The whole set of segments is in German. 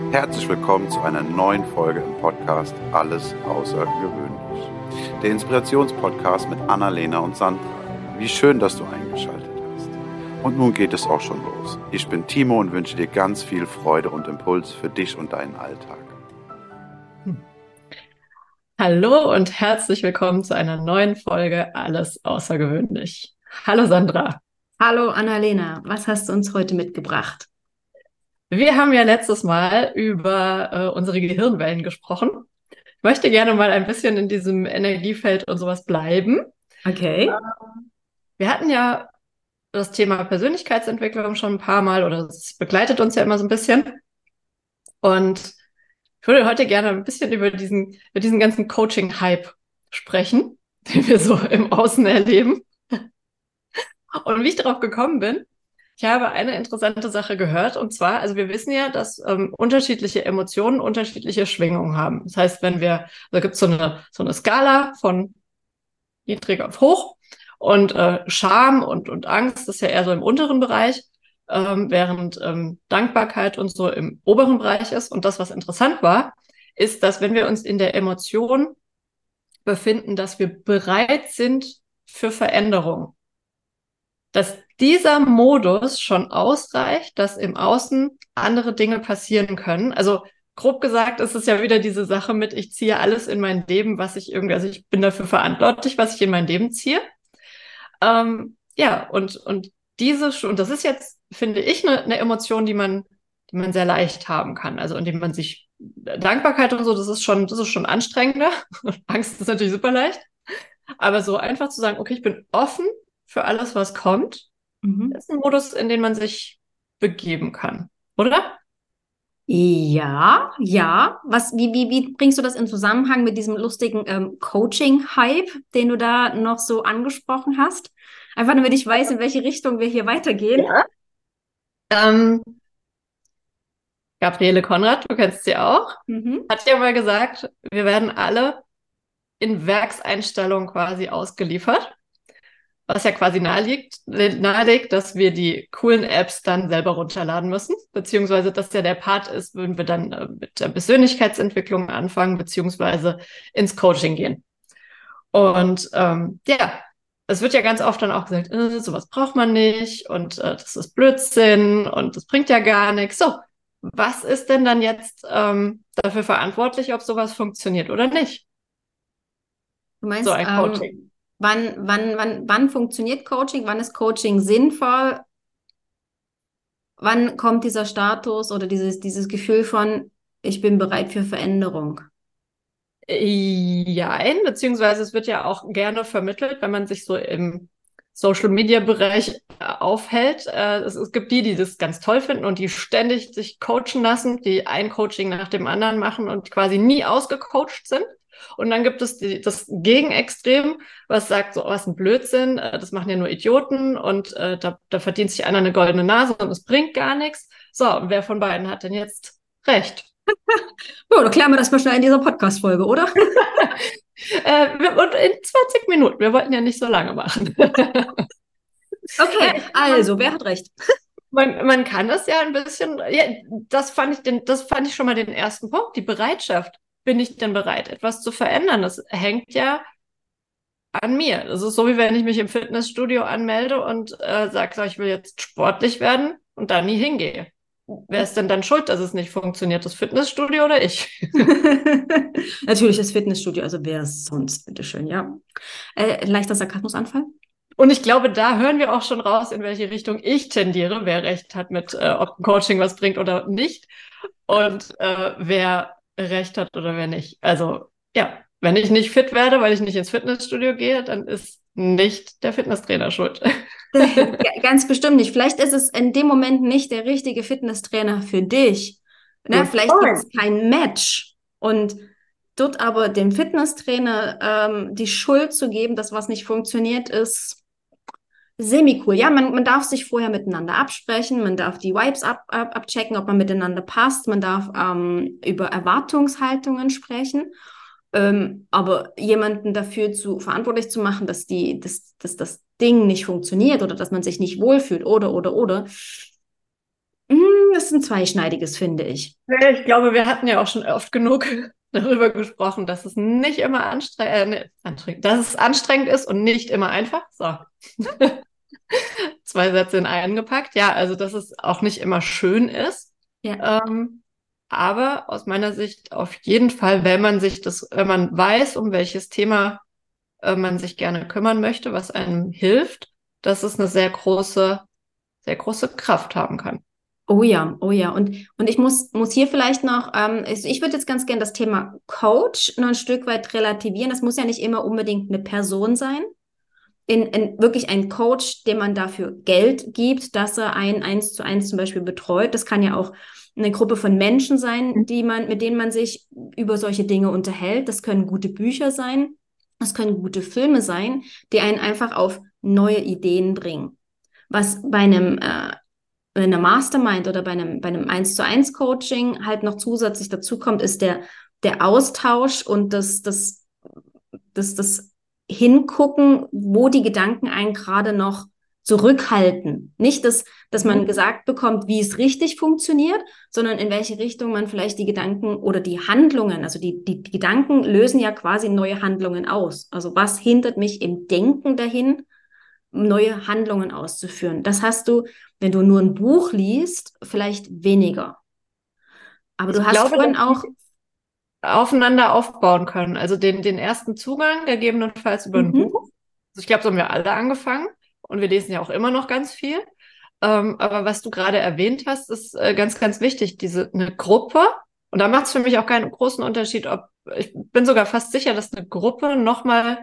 Herzlich willkommen zu einer neuen Folge im Podcast Alles Außergewöhnlich. Der Inspirationspodcast mit Annalena und Sandra. Wie schön, dass du eingeschaltet hast. Und nun geht es auch schon los. Ich bin Timo und wünsche dir ganz viel Freude und Impuls für dich und deinen Alltag. Hallo und herzlich willkommen zu einer neuen Folge Alles Außergewöhnlich. Hallo Sandra. Hallo Annalena, was hast du uns heute mitgebracht? Wir haben ja letztes Mal über unsere Gehirnwellen gesprochen. Ich möchte gerne mal ein bisschen in diesem Energiefeld und sowas bleiben. Okay. Wir hatten ja das Thema Persönlichkeitsentwicklung schon ein paar Mal oder es begleitet uns ja immer so ein bisschen. Und ich würde heute gerne ein bisschen über diesen ganzen Coaching-Hype sprechen, den wir so im Außen erleben. Und wie ich darauf gekommen bin, ich habe eine interessante Sache gehört, und zwar, also wir wissen ja, dass unterschiedliche Emotionen unterschiedliche Schwingungen haben. Das heißt, da gibt es so eine Skala von niedrig auf hoch und Scham und Angst ist ja eher so im unteren Bereich, während Dankbarkeit und so im oberen Bereich ist. Und das, was interessant war, ist, dass wenn wir uns in der Emotion befinden, dass wir bereit sind für Veränderung, dass dieser Modus schon ausreicht, dass im Außen andere Dinge passieren können. Also grob gesagt ist es ja wieder diese Sache mit, ich ziehe alles in mein Leben, also ich bin dafür verantwortlich, was ich in mein Leben ziehe. Ja, und und das ist jetzt, finde ich, eine Emotion, die man sehr leicht haben kann. Also indem man sich Dankbarkeit und so, das ist schon anstrengender. Angst ist natürlich super leicht. Aber so einfach zu sagen, okay, ich bin offen für alles, was kommt, ist ein Modus, in den man sich begeben kann, oder? Ja, ja. Wie bringst du das in Zusammenhang mit diesem lustigen Coaching-Hype, den du da noch so angesprochen hast? Einfach damit ich weiß, in welche Richtung wir hier weitergehen. Ja. Gabriele Konrad, du kennst sie auch, Mhm. hat ja mal gesagt, wir werden alle in Werkseinstellungen quasi ausgeliefert, was ja quasi nahelegt, dass wir die coolen Apps dann selber runterladen müssen, beziehungsweise dass ja der Part ist, würden wir dann mit der Persönlichkeitsentwicklung anfangen, beziehungsweise ins Coaching gehen. Und ja, es wird ja ganz oft dann auch gesagt, sowas braucht man nicht und das ist Blödsinn und das bringt ja gar nichts. So, was ist denn dann jetzt dafür verantwortlich, ob sowas funktioniert oder nicht? Du So meinst, ein Coaching. wann funktioniert Coaching? Wann ist Coaching sinnvoll? Wann kommt dieser Status oder dieses Gefühl von, ich bin bereit für Veränderung? Jein, beziehungsweise es wird ja auch gerne vermittelt, wenn man sich so im Social-Media-Bereich aufhält. Es gibt die das ganz toll finden und die ständig sich coachen lassen, die ein Coaching nach dem anderen machen und quasi nie ausgecoacht sind. Und dann gibt es das Gegenextrem, was sagt, so was ein Blödsinn, das machen ja nur Idioten und da verdient sich einer eine goldene Nase und es bringt gar nichts. So, und wer von beiden hat denn jetzt recht? Oh, dann klären wir das mal schnell in dieser Podcast-Folge, oder? Und in 20 Minuten. Wir wollten ja nicht so lange machen. Okay, also, wer hat recht? Man kann es ja ein bisschen, ja, das fand ich schon mal den ersten Punkt, die Bereitschaft. Bin ich denn bereit, etwas zu verändern? Das hängt ja an mir. Das ist so, wie wenn ich mich im Fitnessstudio anmelde und sage, so, ich will jetzt sportlich werden und da nie hingehe. Wer ist denn dann schuld, dass es nicht funktioniert? Das Fitnessstudio oder ich? Natürlich das Fitnessstudio, also wer sonst, bitteschön, ja. Leichter Sarkasmusanfall? Und ich glaube, da hören wir auch schon raus, in welche Richtung ich tendiere, wer recht hat mit, ob ein Coaching was bringt oder nicht und wer recht hat oder wer nicht. Also ja, wenn ich nicht fit werde, weil ich nicht ins Fitnessstudio gehe, dann ist nicht der Fitnesstrainer schuld. Ganz bestimmt nicht. Vielleicht ist es in dem Moment nicht der richtige Fitnesstrainer für dich. Ne? Good Vielleicht gibt point. es kein Match. Und dort aber dem Fitnesstrainer die Schuld zu geben, dass was nicht funktioniert, ist semi-cool. Ja, man darf sich vorher miteinander absprechen, man darf die Vibes abchecken, ob man miteinander passt, man darf über Erwartungshaltungen sprechen. Aber jemanden dafür verantwortlich zu machen, dass das Ding nicht funktioniert oder dass man sich nicht wohlfühlt oder, Das ist ein zweischneidiges, finde ich. Ja, ich glaube, wir hatten ja auch schon oft genug darüber gesprochen, dass es nicht immer dass es anstrengend ist und nicht immer einfach. So, zwei Sätze in einen gepackt. Ja, also dass es auch nicht immer schön ist. Ja. Aber aus meiner Sicht auf jeden Fall, wenn man weiß, um welches Thema man sich gerne kümmern möchte, was einem hilft, dass es eine sehr große Kraft haben kann. Oh ja, oh ja. Und ich muss hier vielleicht noch, ich würde jetzt ganz gerne das Thema Coach noch ein Stück weit relativieren. Das muss ja nicht immer unbedingt eine Person sein. Wirklich ein Coach, dem man dafür Geld gibt, dass er einen 1:1 zum Beispiel betreut. Das kann ja auch eine Gruppe von Menschen sein, mit denen man sich über solche Dinge unterhält. Das können gute Bücher sein. Das können gute Filme sein, die einen einfach auf neue Ideen bringen. Was bei einer Mastermind oder bei einem 1:1 Coaching halt noch zusätzlich dazu kommt, ist der Austausch und das Hingucken, wo die Gedanken einen gerade noch zurückhalten. Nicht, dass man gesagt bekommt, wie es richtig funktioniert, sondern in welche Richtung man vielleicht die Gedanken oder die Handlungen, also die Gedanken lösen ja quasi neue Handlungen aus. Also was hindert mich im Denken dahin, neue Handlungen auszuführen? Das hast du, wenn du nur ein Buch liest, vielleicht weniger. Aber du Ich hast glaube, vorhin dass auch, die aufeinander aufbauen können. Also den ersten Zugang, gegebenenfalls über ein mhm, Buch. Also ich glaube, so haben wir alle angefangen und wir lesen ja auch immer noch ganz viel. Aber was du gerade erwähnt hast, ist ganz, ganz wichtig. Eine Gruppe, und da macht es für mich auch keinen großen Unterschied, ich bin sogar fast sicher, dass eine Gruppe nochmal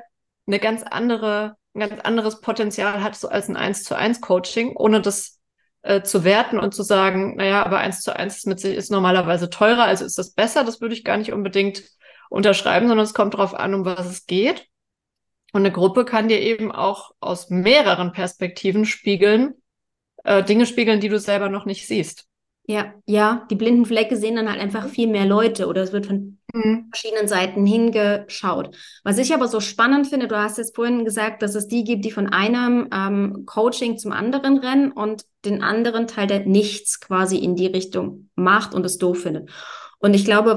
ein ganz anderes Potenzial hat, so als ein 1:1 Coaching, ohne das zu werten und zu sagen, naja, aber 1:1 ist normalerweise teurer, also ist das besser. Das würde ich gar nicht unbedingt unterschreiben, sondern es kommt darauf an, um was es geht. Und eine Gruppe kann dir eben auch aus mehreren Perspektiven Dinge spiegeln, die du selber noch nicht siehst. ja, die blinden Flecke sehen dann halt einfach viel mehr Leute oder es wird von Mhm. verschiedenen Seiten hingeschaut. Was ich aber so spannend finde, du hast jetzt vorhin gesagt, dass es die gibt, die von einem Coaching zum anderen rennen und den anderen Teil, der nichts quasi in die Richtung macht und es doof findet. Und ich glaube,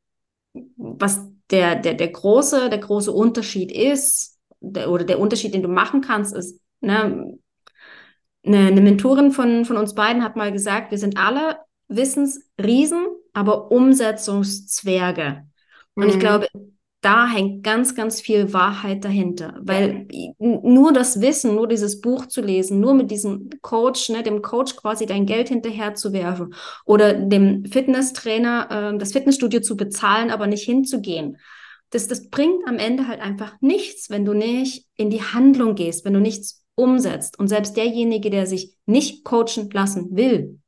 was der große Unterschied ist, oder der Unterschied, den du machen kannst, ist, ne, eine Mentorin von uns beiden hat mal gesagt, wir sind alle Wissensriesen, aber Umsetzungszwerge. Und ich Mhm. glaube, da hängt ganz, ganz viel Wahrheit dahinter, Ja. weil nur das Wissen, nur dieses Buch zu lesen, nur mit diesem Coach, ne, dem Coach quasi dein Geld hinterher zu werfen oder dem Fitnesstrainer das Fitnessstudio zu bezahlen, aber nicht hinzugehen. Das bringt am Ende halt einfach nichts, wenn du nicht in die Handlung gehst, wenn du nichts umsetzt. Und selbst derjenige, der sich nicht coachen lassen will,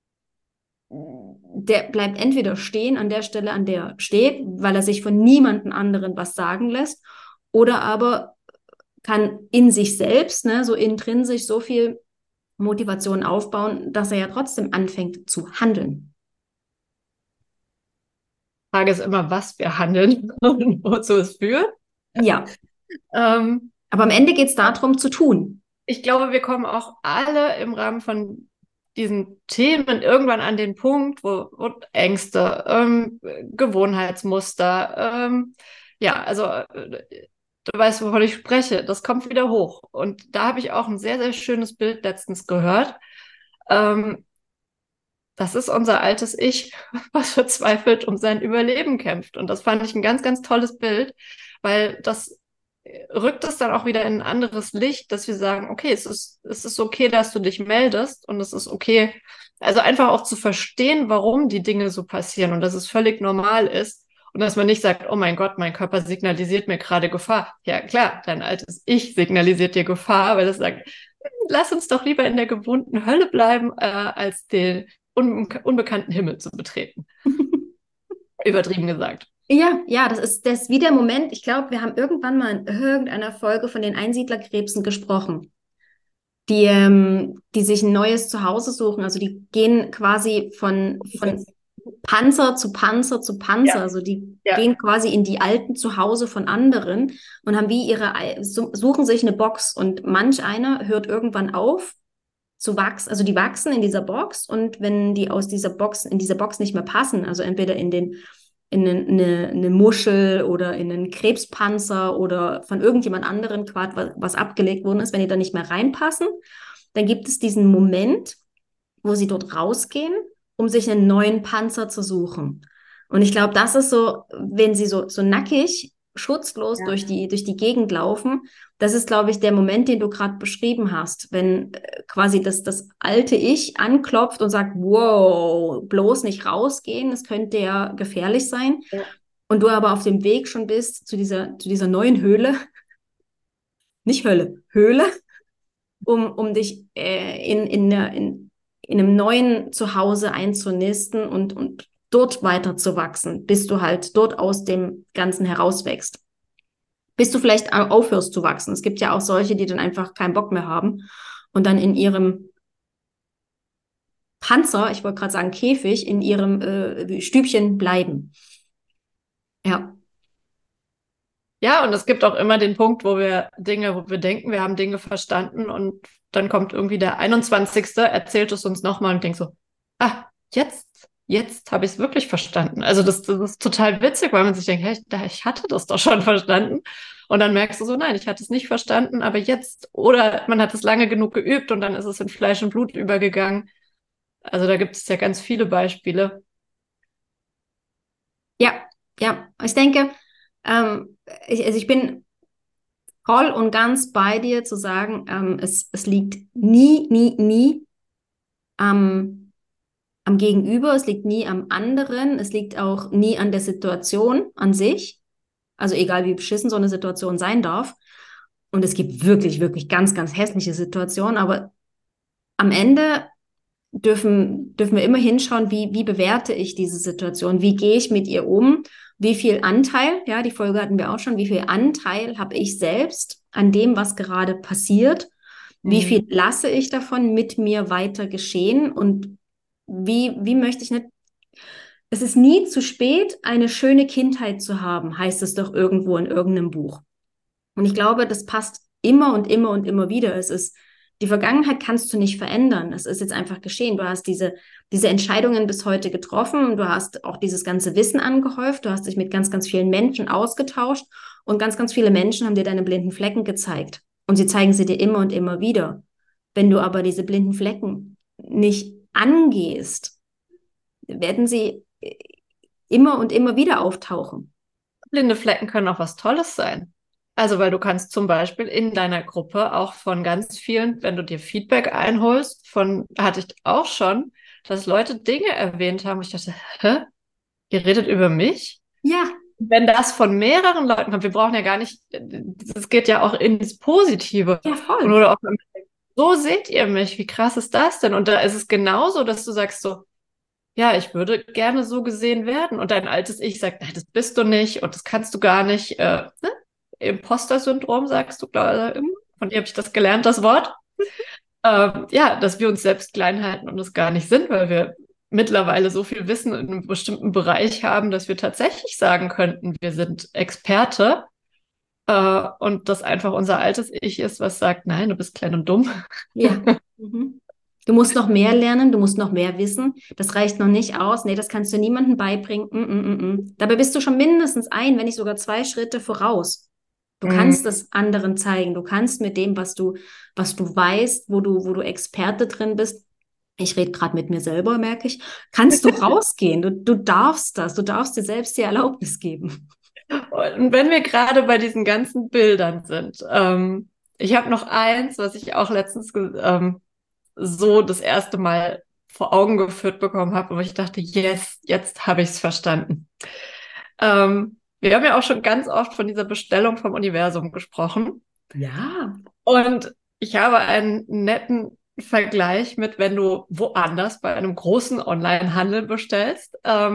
der bleibt entweder stehen an der Stelle, an der er steht, weil er sich von niemandem anderen was sagen lässt, oder aber kann in sich selbst, ne, so intrinsisch so viel Motivation aufbauen, dass er ja trotzdem anfängt zu handeln. Frage ist immer, was wir handeln und wozu es führt. Ja, Ähm, aber am Ende geht es darum zu tun. Ich glaube, wir kommen auch alle im Rahmen von diesen Themen irgendwann an den Punkt, wo Ängste, Gewohnheitsmuster, ja, also du weißt, wovon ich spreche, das kommt wieder hoch. Und da habe ich auch ein sehr, sehr schönes Bild letztens gehört. Ähm, Das ist unser altes Ich, was verzweifelt um sein Überleben kämpft. Und das fand ich ein ganz, ganz tolles Bild, weil das rückt es dann auch wieder in ein anderes Licht, dass wir sagen, okay, es ist okay, dass du dich meldest und es ist okay, also einfach auch zu verstehen, warum die Dinge so passieren und dass es völlig normal ist und dass man nicht sagt, oh mein Gott, mein Körper signalisiert mir gerade Gefahr. Ja, klar, dein altes Ich signalisiert dir Gefahr, weil es sagt, lass uns doch lieber in der gewohnten Hölle bleiben, als den unbekannten Himmel zu betreten. Übertrieben gesagt. Ja, ja, das ist wie der Moment. Ich glaube, wir haben irgendwann mal in irgendeiner Folge von den Einsiedlerkrebsen gesprochen, die sich ein neues Zuhause suchen. Also die gehen quasi von Panzer zu Panzer zu Panzer. Ja, Also die ja. gehen quasi in die alten Zuhause von anderen und haben suchen sich eine Box. Und manch einer hört irgendwann auf, zu wachsen, also die wachsen in dieser Box und wenn die aus dieser Box, in dieser Box nicht mehr passen, also entweder in eine Muschel oder in einen Krebspanzer oder von irgendjemand anderen gerade was abgelegt worden ist, wenn die da nicht mehr reinpassen, dann gibt es diesen Moment, wo sie dort rausgehen, um sich einen neuen Panzer zu suchen. Und ich glaube, das ist so, wenn sie so nackig, schutzlos durch die Gegend laufen, das ist, glaube ich, der Moment, den du gerade beschrieben hast, wenn quasi das alte Ich anklopft und sagt, wow, bloß nicht rausgehen, es könnte ja gefährlich sein. Ja. Und du aber auf dem Weg schon bist zu dieser neuen Höhle, nicht Hölle, Höhle, um dich in einem neuen Zuhause einzunisten und dort weiter zu wachsen, bis du halt dort aus dem Ganzen herauswächst. Bis du vielleicht aufhörst zu wachsen. Es gibt ja auch solche, die dann einfach keinen Bock mehr haben und dann in ihrem Panzer, ich wollte gerade sagen Käfig, in ihrem Stübchen bleiben. Ja. Ja, und es gibt auch immer den Punkt, wo wir denken, wir haben Dinge verstanden und dann kommt irgendwie der 21. erzählt es uns nochmal und denkt so, jetzt habe ich es wirklich verstanden. Also das ist total witzig, weil man sich denkt, hey, ich hatte das doch schon verstanden. Und dann merkst du so, nein, ich hatte es nicht verstanden, aber jetzt, oder man hat es lange genug geübt und dann ist es in Fleisch und Blut übergegangen. Also da gibt es ja ganz viele Beispiele. Ja, ja. Ich denke, ich bin voll und ganz bei dir zu sagen, es liegt nie am Gegenüber, es liegt nie am anderen, es liegt auch nie an der Situation an sich. Also egal wie beschissen so eine Situation sein darf. Und es gibt wirklich, wirklich ganz, ganz hässliche Situationen, aber am Ende dürfen wir immer hinschauen, wie bewerte ich diese Situation, wie gehe ich mit ihr um, wie viel Anteil, ja, die Folge hatten wir auch schon, wie viel Anteil habe ich selbst an dem, was gerade passiert, wie viel lasse ich davon mit mir weiter geschehen und wie möchte ich nicht. Es ist nie zu spät, eine schöne Kindheit zu haben, heißt es doch irgendwo in irgendeinem Buch. Und ich glaube, das passt immer und immer und immer wieder. Die Vergangenheit kannst du nicht verändern. Es ist jetzt einfach geschehen. Du hast diese Entscheidungen bis heute getroffen. Du hast auch dieses ganze Wissen angehäuft. Du hast dich mit ganz, ganz vielen Menschen ausgetauscht. Und ganz, ganz viele Menschen haben dir deine blinden Flecken gezeigt. Und sie zeigen sie dir immer und immer wieder. Wenn du aber diese blinden Flecken nicht angehst, werden sie immer und immer wieder auftauchen. Blinde Flecken können auch was Tolles sein. Also, weil du kannst zum Beispiel in deiner Gruppe auch von ganz vielen, wenn du dir Feedback einholst, hatte ich auch schon, dass Leute Dinge erwähnt haben, wo ich dachte, hä? Ihr redet über mich? Ja. Wenn das von mehreren Leuten kommt, wir brauchen ja gar nicht, es geht ja auch ins Positive. Ja, voll. Und oder auch, so seht ihr mich, wie krass ist das denn? Und da ist es genauso, dass du sagst so, ja, ich würde gerne so gesehen werden. Und dein altes Ich sagt, nein, das bist du nicht und das kannst du gar nicht. Ne? Imposter-Syndrom, sagst du, glaube von dir habe ich das gelernt, das Wort. Ja, dass wir uns selbst klein halten und es gar nicht sind, weil wir mittlerweile so viel Wissen in einem bestimmten Bereich haben, dass wir tatsächlich sagen könnten, wir sind Experte. Und das einfach unser altes Ich ist, was sagt, nein, du bist klein und dumm. Ja. Mhm. Du musst noch mehr lernen, du musst noch mehr wissen. Das reicht noch nicht aus. Nee, das kannst du niemandem beibringen. Dabei bist du schon mindestens wenn nicht sogar 2 Schritte voraus. Du kannst es anderen zeigen. Du kannst mit dem, was du weißt, wo du Experte drin bist. Ich rede gerade mit mir selber, merke ich. Kannst du rausgehen. Du darfst das. Du darfst dir selbst die Erlaubnis geben. Und wenn wir gerade bei diesen ganzen Bildern sind, ich habe noch eins, was ich auch letztens so das erste Mal vor Augen geführt bekommen habe, wo ich dachte, yes, jetzt habe ich es verstanden. Wir haben ja auch schon ganz oft von dieser Bestellung vom Universum gesprochen. Ja. Und ich habe einen netten Vergleich mit, wenn du woanders bei einem großen Online-Handel bestellst.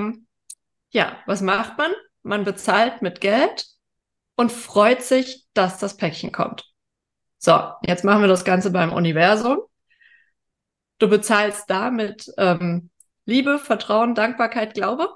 Ja, was macht man? Man bezahlt mit Geld und freut sich, dass das Päckchen kommt. So, jetzt machen wir das Ganze beim Universum. Du bezahlst da mit Liebe, Vertrauen, Dankbarkeit, Glaube.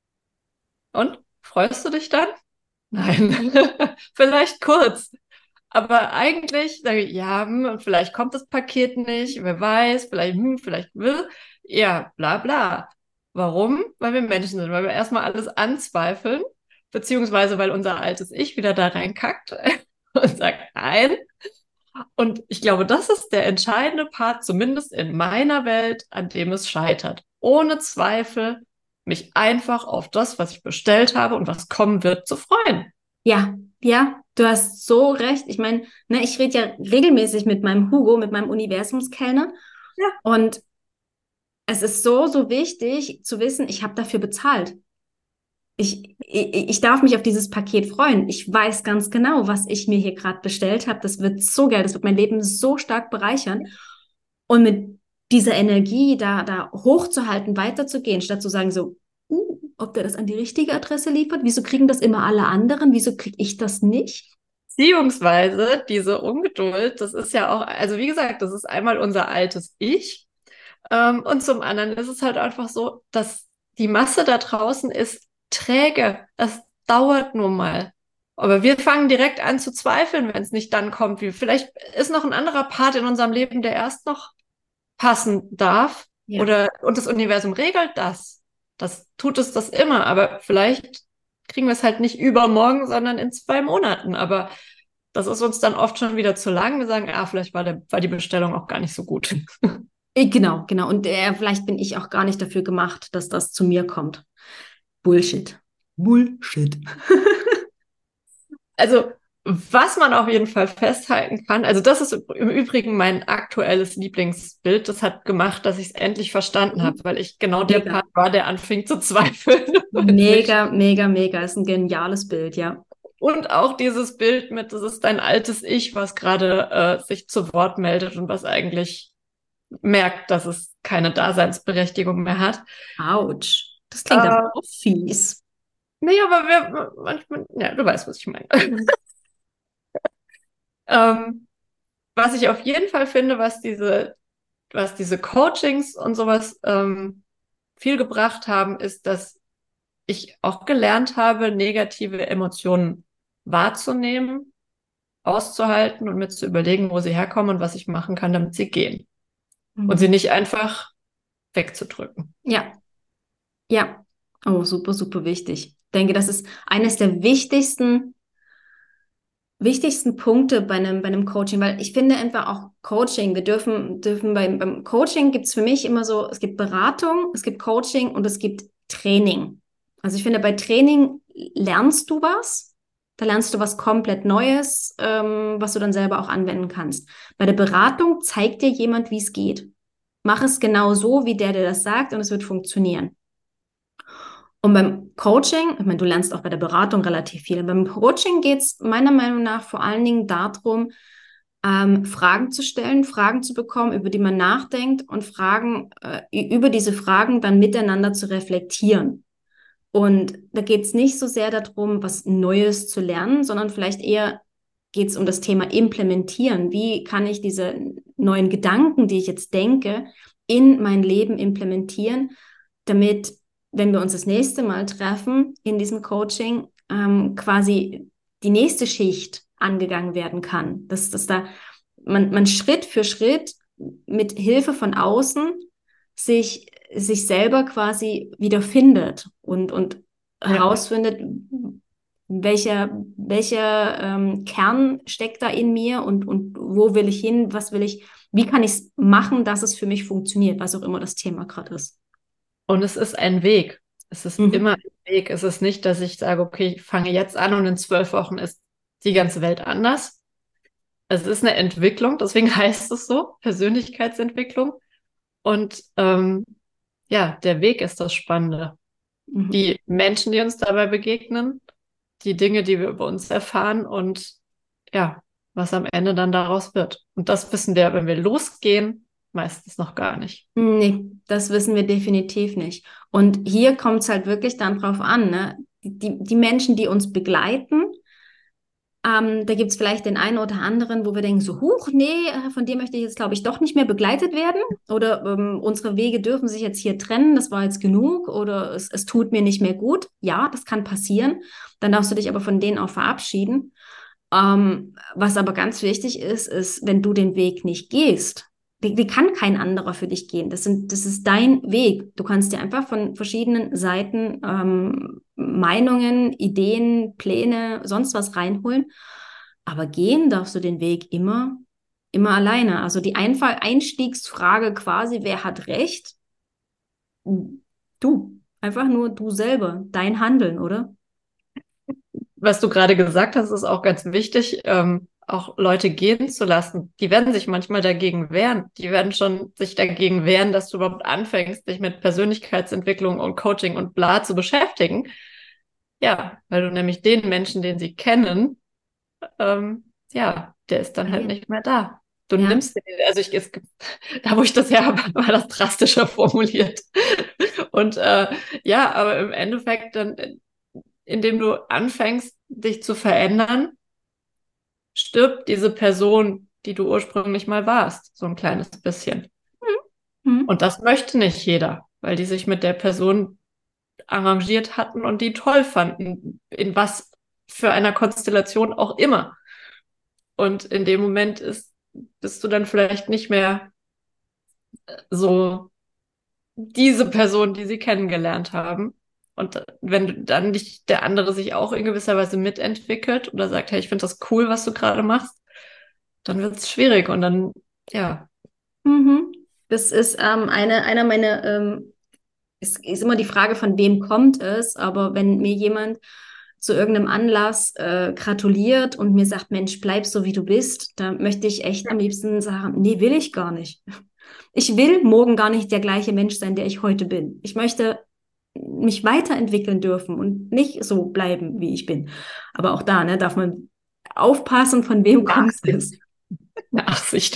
Und freust du dich dann? Nein, vielleicht kurz. Aber eigentlich sage ich, ja, vielleicht kommt das Paket nicht, wer weiß, vielleicht will, ja, bla bla. Warum? Weil wir Menschen sind, weil wir erstmal alles anzweifeln, beziehungsweise weil unser altes Ich wieder da reinkackt und sagt, nein. Und ich glaube, das ist der entscheidende Part, zumindest in meiner Welt, an dem es scheitert. Ohne Zweifel mich einfach auf das, was ich bestellt habe und was kommen wird, zu freuen. Ja, ja, du hast so recht. Ich meine, ne, ich rede ja regelmäßig mit meinem Hugo, mit meinem Universumskellner. Ja. Und es ist so, so wichtig zu wissen, ich habe dafür bezahlt. Ich darf mich auf dieses Paket freuen. Ich weiß ganz genau, was ich mir hier gerade bestellt habe. Das wird so geil, das wird mein Leben so stark bereichern. Und mit dieser Energie da hochzuhalten, weiterzugehen, statt zu sagen so, ob der das an die richtige Adresse liefert? Wieso kriegen das immer alle anderen? Wieso kriege ich das nicht? Beziehungsweise diese Ungeduld, das ist ja auch, also wie gesagt, das ist einmal unser altes Ich. Und zum anderen ist es halt einfach so, dass die Masse da draußen ist träge. Es dauert nur mal. Aber wir fangen direkt an zu zweifeln, wenn es nicht dann kommt. Wie vielleicht ist noch ein anderer Part in unserem Leben, der erst noch passen darf. Ja. Und das Universum regelt das. Das tut es das immer. Aber vielleicht kriegen wir es halt nicht übermorgen, sondern in 2 Monaten. Aber das ist uns dann oft schon wieder zu lang. Wir sagen, vielleicht war die Bestellung auch gar nicht so gut. Genau, genau. Und vielleicht bin ich auch gar nicht dafür gemacht, dass das zu mir kommt. Bullshit. Bullshit. Also, was man auf jeden Fall festhalten kann, also das ist im Übrigen mein aktuelles Lieblingsbild. Das hat gemacht, dass ich es endlich verstanden habe, weil ich genau der Mega. Part war, der anfing zu zweifeln. Mega, mega, mega. Ist ein geniales Bild, ja. Und auch dieses Bild mit, das ist dein altes Ich, was gerade sich zu Wort meldet und was eigentlich merkt, dass es keine Daseinsberechtigung mehr hat. Autsch. Das klingt aber Äh, auch fies. nee, aber manchmal, ja, du weißt, was ich meine. ähm, was ich auf jeden Fall finde, was diese Coachings und sowas viel gebracht haben, ist, dass ich auch gelernt habe, negative Emotionen wahrzunehmen, auszuhalten und mir zu überlegen, wo sie herkommen und was ich machen kann, damit sie gehen. Und sie nicht einfach wegzudrücken. Ja, ja. Oh, super, super wichtig. Ich denke, das ist eines der wichtigsten Punkte bei einem Coaching, weil ich finde einfach auch Coaching, wir dürfen beim Coaching gibt es für mich immer so, es gibt Beratung, es gibt Coaching und es gibt Training. Also ich finde, bei Training lernst du was, da lernst du was komplett Neues, was du dann selber auch anwenden kannst. Bei der Beratung zeigt dir jemand, wie es geht. Mach es genau so, wie der dir das sagt und es wird funktionieren. Und beim Coaching, ich meine, du lernst auch bei der Beratung relativ viel. Beim Coaching geht es meiner Meinung nach vor allen Dingen darum, Fragen zu stellen, Fragen zu bekommen, über die man nachdenkt und über diese Fragen dann miteinander zu reflektieren. Und da geht es nicht so sehr darum, was Neues zu lernen, sondern vielleicht eher geht es um das Thema Implementieren. Wie kann ich diese neuen Gedanken, die ich jetzt denke, in mein Leben implementieren, damit, wenn wir uns das nächste Mal treffen in diesem Coaching, quasi die nächste Schicht angegangen werden kann. Dass da man Schritt für Schritt mit Hilfe von außen sich selber quasi wiederfindet und herausfindet, welcher Kern steckt da in mir und wo will ich hin, wie kann ich es machen, dass es für mich funktioniert, was auch immer das Thema gerade ist. Und es ist ein Weg. Es ist immer ein Weg. Es ist nicht, dass ich sage, okay, ich fange jetzt an und in 12 Wochen ist die ganze Welt anders. Es ist eine Entwicklung, deswegen heißt es so, Persönlichkeitsentwicklung. Und der Weg ist das Spannende. Die Menschen, die uns dabei begegnen, die Dinge, die wir über uns erfahren und ja, was am Ende dann daraus wird. Und das wissen wir, wenn wir losgehen, meistens noch gar nicht. Nee, das wissen wir definitiv nicht. Und hier kommt es halt wirklich dann drauf an, ne? Die Menschen, die uns begleiten, da gibt es vielleicht den einen oder anderen, wo wir denken, so, huch, nee, von dem möchte ich jetzt, glaube ich, doch nicht mehr begleitet werden. Oder unsere Wege dürfen sich jetzt hier trennen, das war jetzt genug. Oder es tut mir nicht mehr gut. Ja, das kann passieren. Dann darfst du dich aber von denen auch verabschieden. Was aber ganz wichtig ist, wenn du den Weg nicht gehst, die kann kein anderer für dich gehen. Das ist dein Weg. Du kannst dir einfach von verschiedenen Seiten Meinungen, Ideen, Pläne, sonst was reinholen. Aber gehen darfst du den Weg immer alleine. Also die Einstiegsfrage quasi, wer hat Recht? Du. Einfach nur du selber, dein Handeln, oder? Was du gerade gesagt hast, ist auch ganz wichtig, auch Leute gehen zu lassen. Die werden sich manchmal dagegen wehren. Die werden schon sich dagegen wehren, dass du überhaupt anfängst, dich mit Persönlichkeitsentwicklung und Coaching und bla zu beschäftigen. Ja, weil du nämlich den Menschen, den sie kennen, ja, der ist dann halt nicht mehr da. Du nimmst den, also da wo ich das her habe, war das drastischer formuliert. Und ja, aber im Endeffekt dann, indem du anfängst, dich zu verändern, stirbt diese Person, die du ursprünglich mal warst, so ein kleines bisschen. Mhm. Und das möchte nicht jeder, weil die sich mit der Person arrangiert hatten und die toll fanden, in was für einer Konstellation auch immer. Und in dem Moment bist du dann vielleicht nicht mehr so diese Person, die sie kennengelernt haben. Und wenn dann nicht der andere sich auch in gewisser Weise mitentwickelt oder sagt, hey, ich finde das cool, was du gerade machst, dann wird es schwierig und dann, ja. Mhm. Das ist einer meiner, es ist immer die Frage, von wem kommt es, aber wenn mir jemand zu irgendeinem Anlass gratuliert und mir sagt, Mensch, bleib so, wie du bist, da möchte ich echt am liebsten sagen, nee, will ich gar nicht. Ich will morgen gar nicht der gleiche Mensch sein, der ich heute bin. Ich möchte mich weiterentwickeln dürfen und nicht so bleiben, wie ich bin. Aber auch da, ne, darf man aufpassen, von wem kommt es. Nachsicht.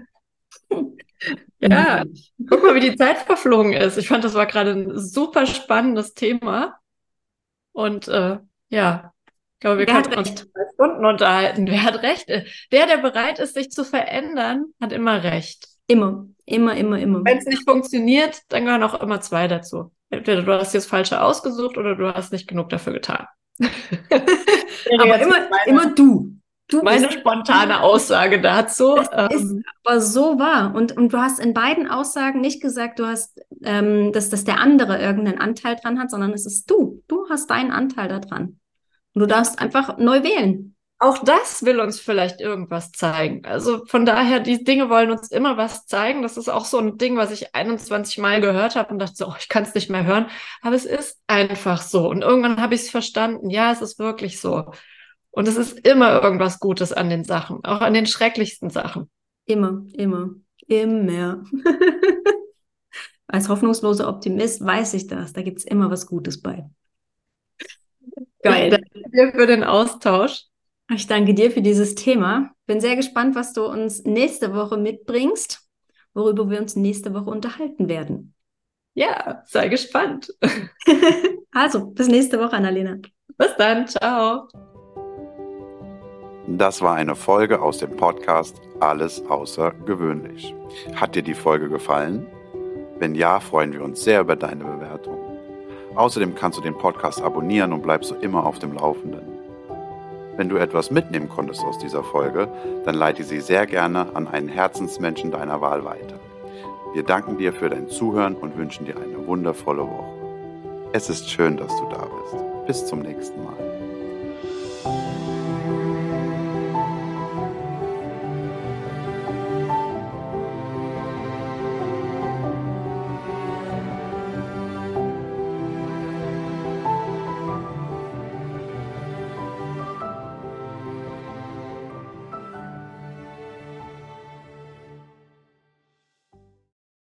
Ja, guck mal, wie die Zeit verflogen ist. Ich fand, das war gerade ein super spannendes Thema. Und ja, ich glaube, wir könnten uns 2 Stunden unterhalten. Wer hat recht? Der bereit ist, sich zu verändern, hat immer recht. Immer, immer, immer, immer. Wenn es nicht funktioniert, dann gehören auch immer 2 dazu. Entweder du hast dir das Falsche ausgesucht oder du hast nicht genug dafür getan. Aber immer du. Meine spontane Aussage dazu. Das ist aber so wahr. Und du hast in beiden Aussagen nicht gesagt, du hast, dass der andere irgendeinen Anteil dran hat, sondern es ist du. Du hast deinen Anteil daran. Und du darfst einfach neu wählen. Auch das will uns vielleicht irgendwas zeigen. Also von daher, die Dinge wollen uns immer was zeigen. Das ist auch so ein Ding, was ich 21 Mal gehört habe und dachte so, oh, ich kann es nicht mehr hören. Aber es ist einfach so. Und irgendwann habe ich es verstanden. Ja, es ist wirklich so. Und es ist immer irgendwas Gutes an den Sachen, auch an den schrecklichsten Sachen. Immer, immer, immer. Als hoffnungsloser Optimist weiß ich das. Da gibt es immer was Gutes bei. Geil. Ich danke dir für den Austausch. Ich danke dir für dieses Thema. Bin sehr gespannt, was du uns nächste Woche mitbringst, worüber wir uns nächste Woche unterhalten werden. Ja, sei gespannt. Also, bis nächste Woche, Annalena. Bis dann, ciao. Das war eine Folge aus dem Podcast Alles außergewöhnlich. Hat dir die Folge gefallen? Wenn ja, freuen wir uns sehr über deine Bewertung. Außerdem kannst du den Podcast abonnieren und bleibst so immer auf dem Laufenden. Wenn du etwas mitnehmen konntest aus dieser Folge, dann leite sie sehr gerne an einen Herzensmenschen deiner Wahl weiter. Wir danken dir für dein Zuhören und wünschen dir eine wundervolle Woche. Es ist schön, dass du da bist. Bis zum nächsten Mal.